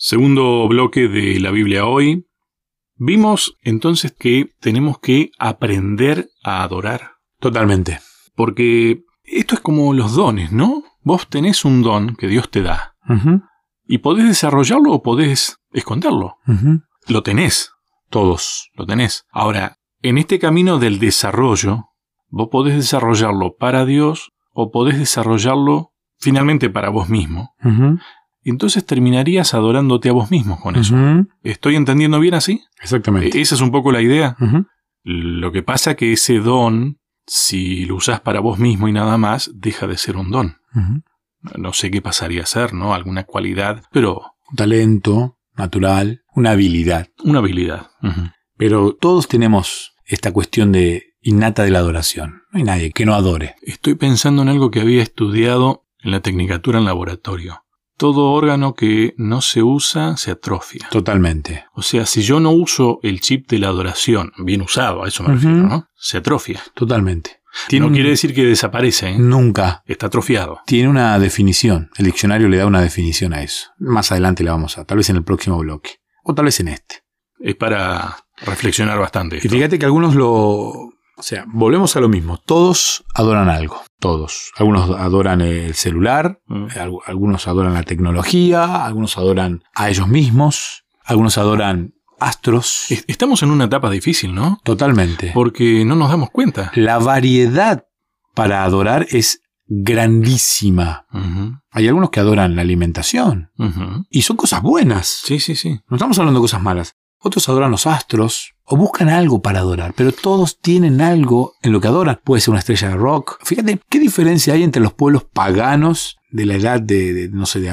Segundo bloque de la Biblia hoy. Vimos entonces que tenemos que aprender a adorar. Totalmente. Porque esto es como los dones, ¿no? Vos tenés un don que Dios te da. Uh-huh. Y podés desarrollarlo o podés esconderlo. Uh-huh. Lo tenés. Todos lo tenés. Ahora, en este camino del desarrollo, vos podés desarrollarlo para Dios o podés desarrollarlo finalmente para vos mismo. Uh-huh. Entonces terminarías adorándote a vos mismo con eso. Uh-huh. ¿Estoy entendiendo bien así? Exactamente. Esa es un poco la idea. Uh-huh. Lo que pasa es que ese don, si lo usás para vos mismo y nada más, deja de ser un don. Uh-huh. No sé qué pasaría a ser, ¿no? Alguna cualidad, pero... Un talento natural, una habilidad. Una habilidad. Uh-huh. Pero todos tenemos esta cuestión de innata de la adoración. No hay nadie que no adore. Estoy pensando en algo que había estudiado en la tecnicatura en laboratorio. Todo órgano que no se usa se atrofia. Totalmente. O sea, si yo no uso el chip de la adoración, bien usado, a eso me refiero, ¿no? Se atrofia. Totalmente. No quiere decir que desaparece, ¿eh? Nunca. Está atrofiado. Tiene una definición. El diccionario le da una definición a eso. Más adelante la vamos a, tal vez en el próximo bloque. O tal vez en este. Es para reflexionar bastante esto. Y fíjate que algunos O sea, volvemos a lo mismo. Todos adoran algo. Todos. Algunos adoran el celular, algunos adoran la tecnología, algunos adoran a ellos mismos, algunos adoran astros. Estamos en una etapa difícil, ¿no? Totalmente. Porque no nos damos cuenta. La variedad para adorar es grandísima. Uh-huh. Hay algunos que adoran la alimentación. Uh-huh. Y son cosas buenas. Sí, sí, sí. No estamos hablando de cosas malas. Otros adoran los astros o buscan algo para adorar, pero todos tienen algo en lo que adoran. Puede ser una estrella de rock. Fíjate qué diferencia hay entre los pueblos paganos de la edad de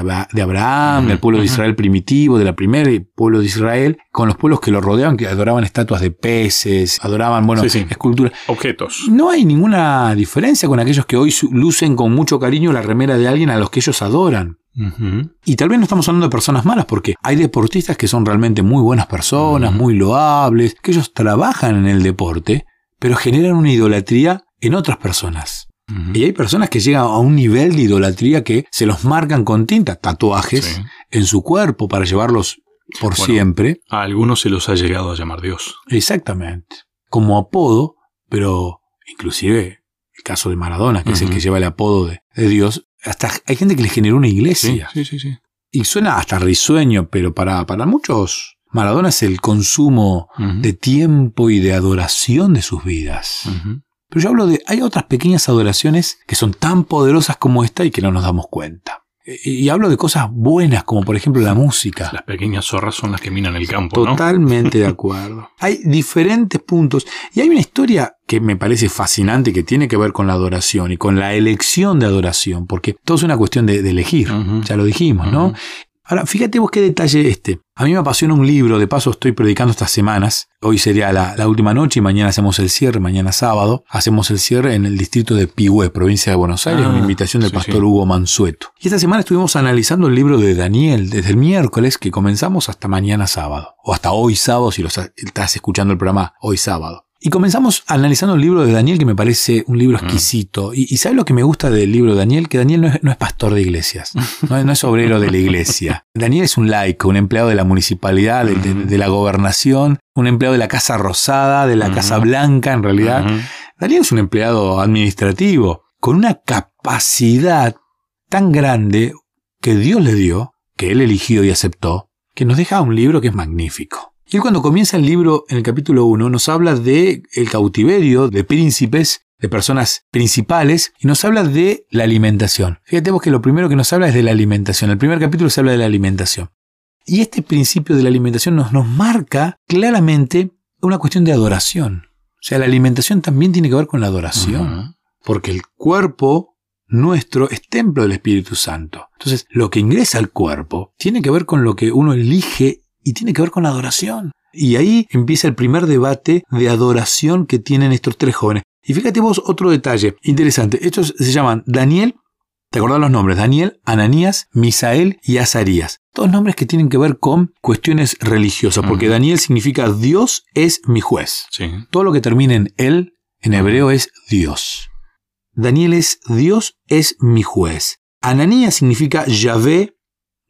Abraham, del pueblo de Israel primitivo, de la primera pueblo de Israel, con los pueblos que lo rodeaban, que adoraban estatuas de peces, adoraban, esculturas. Objetos. No hay ninguna diferencia con aquellos que hoy lucen con mucho cariño la remera de alguien a los que ellos adoran. Uh-huh. Y tal vez no estamos hablando de personas malas, porque hay deportistas que son realmente muy buenas personas, muy loables, que ellos trabajan en el deporte, pero generan una idolatría en otras personas. Uh-huh. Y hay personas que llegan a un nivel de idolatría que se los marcan con tinta, tatuajes en su cuerpo para llevarlos por siempre. A algunos se los ha llegado a llamar Dios. Exactamente. Como apodo, pero inclusive el caso de Maradona, que es el que lleva el apodo de Dios. Hasta hay gente que le generó una iglesia. Sí. Y suena hasta risueño, pero para muchos, Maradona es el consumo de tiempo y de adoración de sus vidas. Uh-huh. Pero yo hablo hay otras pequeñas adoraciones que son tan poderosas como esta y que no nos damos cuenta. Y hablo de cosas buenas, como por ejemplo la música. Las pequeñas zorras son las que minan el campo, ¿no? Totalmente de acuerdo. Hay diferentes puntos. Y hay una historia que me parece fascinante que tiene que ver con la adoración y con la elección de adoración, porque todo es una cuestión de elegir. Uh-huh. Ya lo dijimos, ¿no? Uh-huh. Ahora, fíjate vos qué detalle este. A mí me apasiona un libro, de paso estoy predicando estas semanas. Hoy sería la última noche y mañana hacemos el cierre, mañana sábado. Hacemos el cierre en el distrito de Pigüé, provincia de Buenos Aires, una invitación del pastor Hugo Mansueto. Y esta semana estuvimos analizando el libro de Daniel, desde el miércoles que comenzamos hasta mañana sábado. O hasta hoy sábado, si estás escuchando el programa hoy sábado. Y comenzamos analizando el libro de Daniel, que me parece un libro exquisito. Y ¿sabes lo que me gusta del libro de Daniel? Que Daniel no es pastor de iglesias, no es obrero de la iglesia. Daniel es un laico, un empleado de la municipalidad, de la gobernación, un empleado de la Casa Rosada, de la Casa Blanca, en realidad. Daniel es un empleado administrativo con una capacidad tan grande que Dios le dio, que él eligió y aceptó, que nos deja un libro que es magnífico. Y él cuando comienza el libro, en el capítulo 1, nos habla de el cautiverio, de príncipes, de personas principales, y nos habla de la alimentación. Fíjate vos que lo primero que nos habla es de la alimentación. El primer capítulo se habla de la alimentación. Y este principio de la alimentación nos marca claramente una cuestión de adoración. O sea, la alimentación también tiene que ver con la adoración. Uh-huh. Porque el cuerpo nuestro es templo del Espíritu Santo. Entonces, lo que ingresa al cuerpo tiene que ver con lo que uno elige y tiene que ver con la adoración. Y ahí empieza el primer debate de adoración que tienen estos tres jóvenes. Y fíjate vos otro detalle interesante. Estos se llaman Daniel, ¿te acordás los nombres? Daniel, Ananías, Misael y Azarías. Todos nombres que tienen que ver con cuestiones religiosas, porque Daniel significa Dios es mi juez. Sí. Todo lo que termina en él, en hebreo, es Dios. Daniel es Dios es mi juez. Ananías significa Yahvé,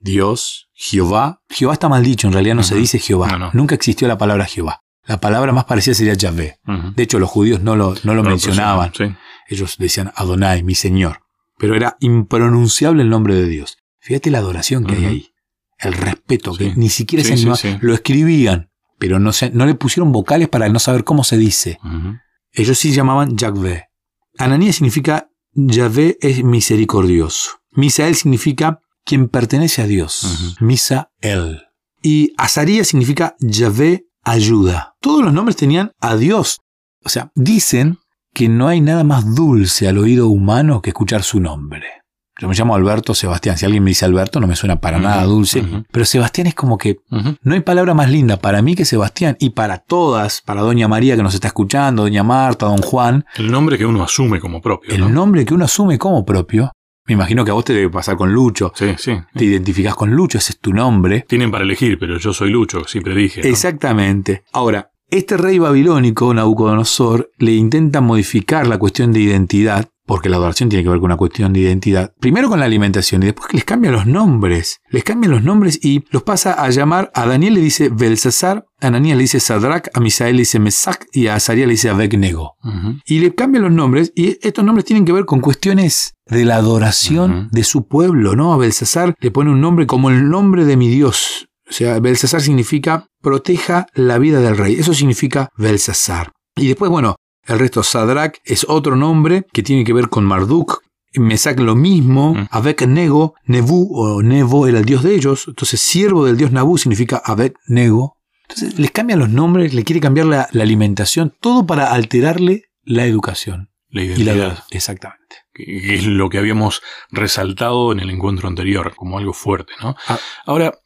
Dios, Jehová. Jehová está mal dicho, en realidad no se dice Jehová. No. Nunca existió la palabra Jehová. La palabra más parecida sería Yahvé. De hecho, los judíos no lo mencionaban. Sí. Ellos decían Adonai, mi Señor. Pero era impronunciable el nombre de Dios. Fíjate la adoración que hay ahí. El respeto, que ni siquiera lo escribían, pero no le pusieron vocales para no saber cómo se dice. Ellos sí llamaban Yahvé. Ananías significa Yahvé es misericordioso. Misael significa quien pertenece a Dios. Misael. Y Azarías significa Yahvé ayuda. Todos los nombres tenían a Dios. O sea, dicen que no hay nada más dulce al oído humano que escuchar su nombre. Yo me llamo Alberto Sebastián. Si alguien me dice Alberto, no me suena para nada dulce. Pero Sebastián es como que no hay palabra más linda para mí que Sebastián. Y para todas, para Doña María que nos está escuchando, Doña Marta, Don Juan. El nombre que uno asume como propio. El nombre que uno asume como propio. Me imagino que a vos te debe pasar con Lucho. Sí. Te identificás con Lucho, ese es tu nombre. Tienen para elegir, pero yo soy Lucho, siempre dije, ¿no? Exactamente. Ahora, este rey babilónico, Nabucodonosor, le intenta modificar la cuestión de identidad, porque la adoración tiene que ver con una cuestión de identidad. Primero con la alimentación y después que les cambia los nombres. Les cambian los nombres y los pasa a llamar, a Daniel le dice Belsasar, a Ananías le dice Sadrach, a Misael le dice Mesac y a Azarías le dice Abednego. Y le cambian los nombres y estos nombres tienen que ver con cuestiones de la adoración de su pueblo, ¿no? A Belsasar le pone un nombre como el nombre de mi Dios. O sea, Belsasar significa proteja la vida del rey. Eso significa Belsasar. Y después, bueno, el resto, Sadrach es otro nombre que tiene que ver con Marduk. Mesac lo mismo. Abednego, Nebú o Nebo era el dios de ellos. Entonces, siervo del dios Nabú significa Abednego. Entonces, les cambian los nombres, le quiere cambiar la alimentación, todo para alterarle la educación. La identidad. Exactamente. Que es lo que habíamos resaltado en el encuentro anterior, como algo fuerte, ¿no? Ahora,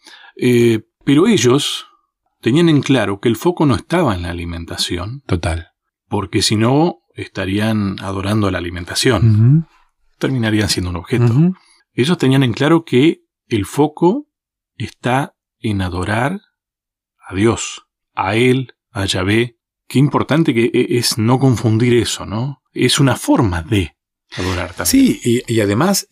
pero ellos tenían en claro que el foco no estaba en la alimentación. Total. Porque si no, estarían adorando la alimentación. Terminarían siendo un objeto. Ellos tenían en claro que el foco está en adorar a Dios, a Él, a Yahvé. Qué importante que es no confundir eso, ¿no? Es una forma de adorar también. Sí, y además,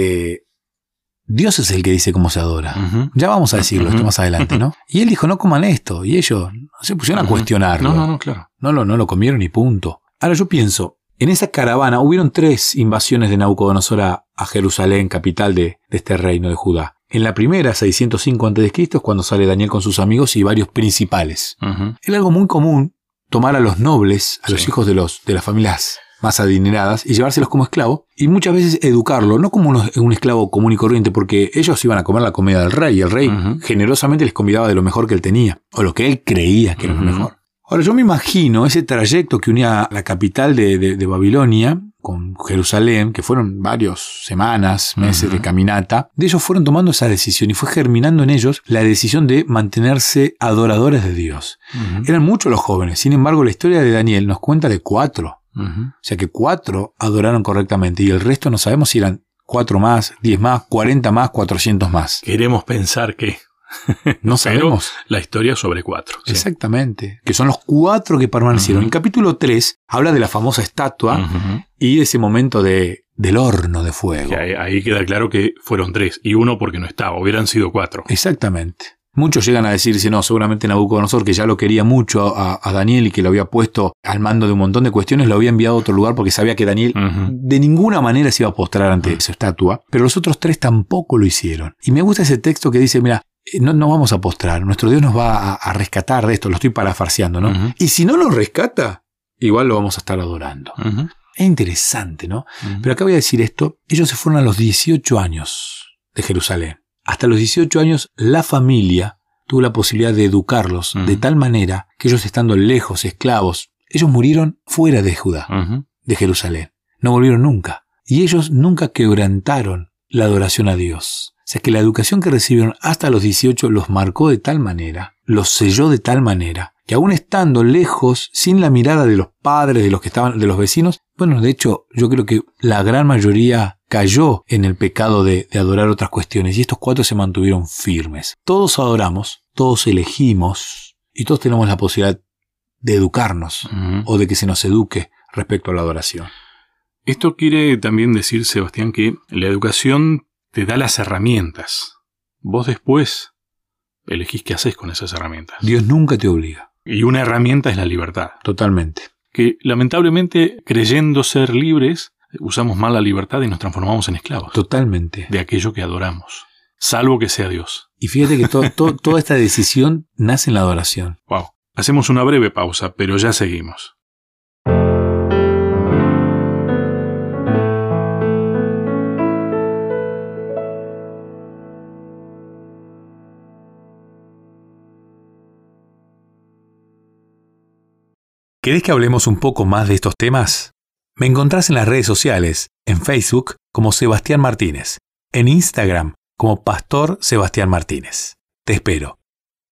Dios es el que dice cómo se adora. Ya vamos a decirlo esto más adelante, ¿no? Y él dijo, no coman esto. Y ellos se pusieron a cuestionarlo. No, claro. No lo comieron y punto. Ahora yo pienso, en esa caravana hubieron 3 invasiones de Nabucodonosor a Jerusalén, capital de este reino de Judá. En la primera, 605 a.C., es cuando sale Daniel con sus amigos y varios principales. Era algo muy común tomar a los nobles, a los hijos de las familias más adineradas, y llevárselos como esclavos, y muchas veces educarlo, no como un esclavo común y corriente, porque ellos iban a comer la comida del rey, y el rey generosamente les convidaba de lo mejor que él tenía, o lo que él creía que era lo mejor. Ahora, yo me imagino ese trayecto que unía la capital de Babilonia con Jerusalén, que fueron varias semanas, meses de caminata, de ellos fueron tomando esa decisión y fue germinando en ellos la decisión de mantenerse adoradores de Dios. Eran muchos los jóvenes, sin embargo, la historia de Daniel nos cuenta de 4. O sea que 4 adoraron correctamente y el resto no sabemos si eran 4 más, 10 más, 40 más, 400 más. Queremos pensar que... No sabemos. Pero la historia sobre 4. ¿Sí? Exactamente. Que son los 4 que permanecieron. El capítulo 3 habla de la famosa estatua y de ese momento del horno de fuego. Que ahí queda claro que fueron 3 y 1 porque no estaba. Hubieran sido 4. Exactamente. Muchos llegan a decirse, no, seguramente Nabucodonosor, que ya lo quería mucho a Daniel y que lo había puesto al mando de un montón de cuestiones, lo había enviado a otro lugar porque sabía que Daniel de ninguna manera se iba a postrar ante esa estatua, pero los otros 3 tampoco lo hicieron. Y me gusta ese texto que dice, mira, no vamos a postrar, nuestro Dios nos va a rescatar de esto, lo estoy parafarseando, ¿no? Y si no lo rescata, igual lo vamos a estar adorando. Es interesante, ¿no? Pero acá voy a decir esto, ellos se fueron a los 18 años de Jerusalén. Hasta los 18 años, la familia tuvo la posibilidad de educarlos de tal manera que ellos estando lejos, esclavos, ellos murieron fuera de Judá, de Jerusalén. No volvieron nunca. Y ellos nunca quebrantaron la adoración a Dios. O sea que la educación que recibieron hasta los 18 los marcó de tal manera, los selló de tal manera, que aún estando lejos, sin la mirada de los padres, de los que estaban, de los vecinos, bueno, de hecho, yo creo que la gran mayoría cayó en el pecado de adorar otras cuestiones, y estos 4 se mantuvieron firmes. Todos adoramos, todos elegimos, y todos tenemos la posibilidad de educarnos, o de que se nos eduque respecto a la adoración. Esto quiere también decir, Sebastián, que la educación te da las herramientas Vos después elegís qué haces con esas herramientas. Dios nunca te obliga. Y una herramienta es la libertad. Totalmente. Que lamentablemente, creyendo ser libres, usamos mal la libertad y nos transformamos en esclavos. Totalmente. De aquello que adoramos. Salvo que sea Dios. Y fíjate que toda esta decisión nace en la adoración. Wow. Hacemos una breve pausa, pero ya seguimos. ¿Querés que hablemos un poco más de estos temas? Me encontrás en las redes sociales, en Facebook como Sebastián Martínez, en Instagram como Pastor Sebastián Martínez. Te espero.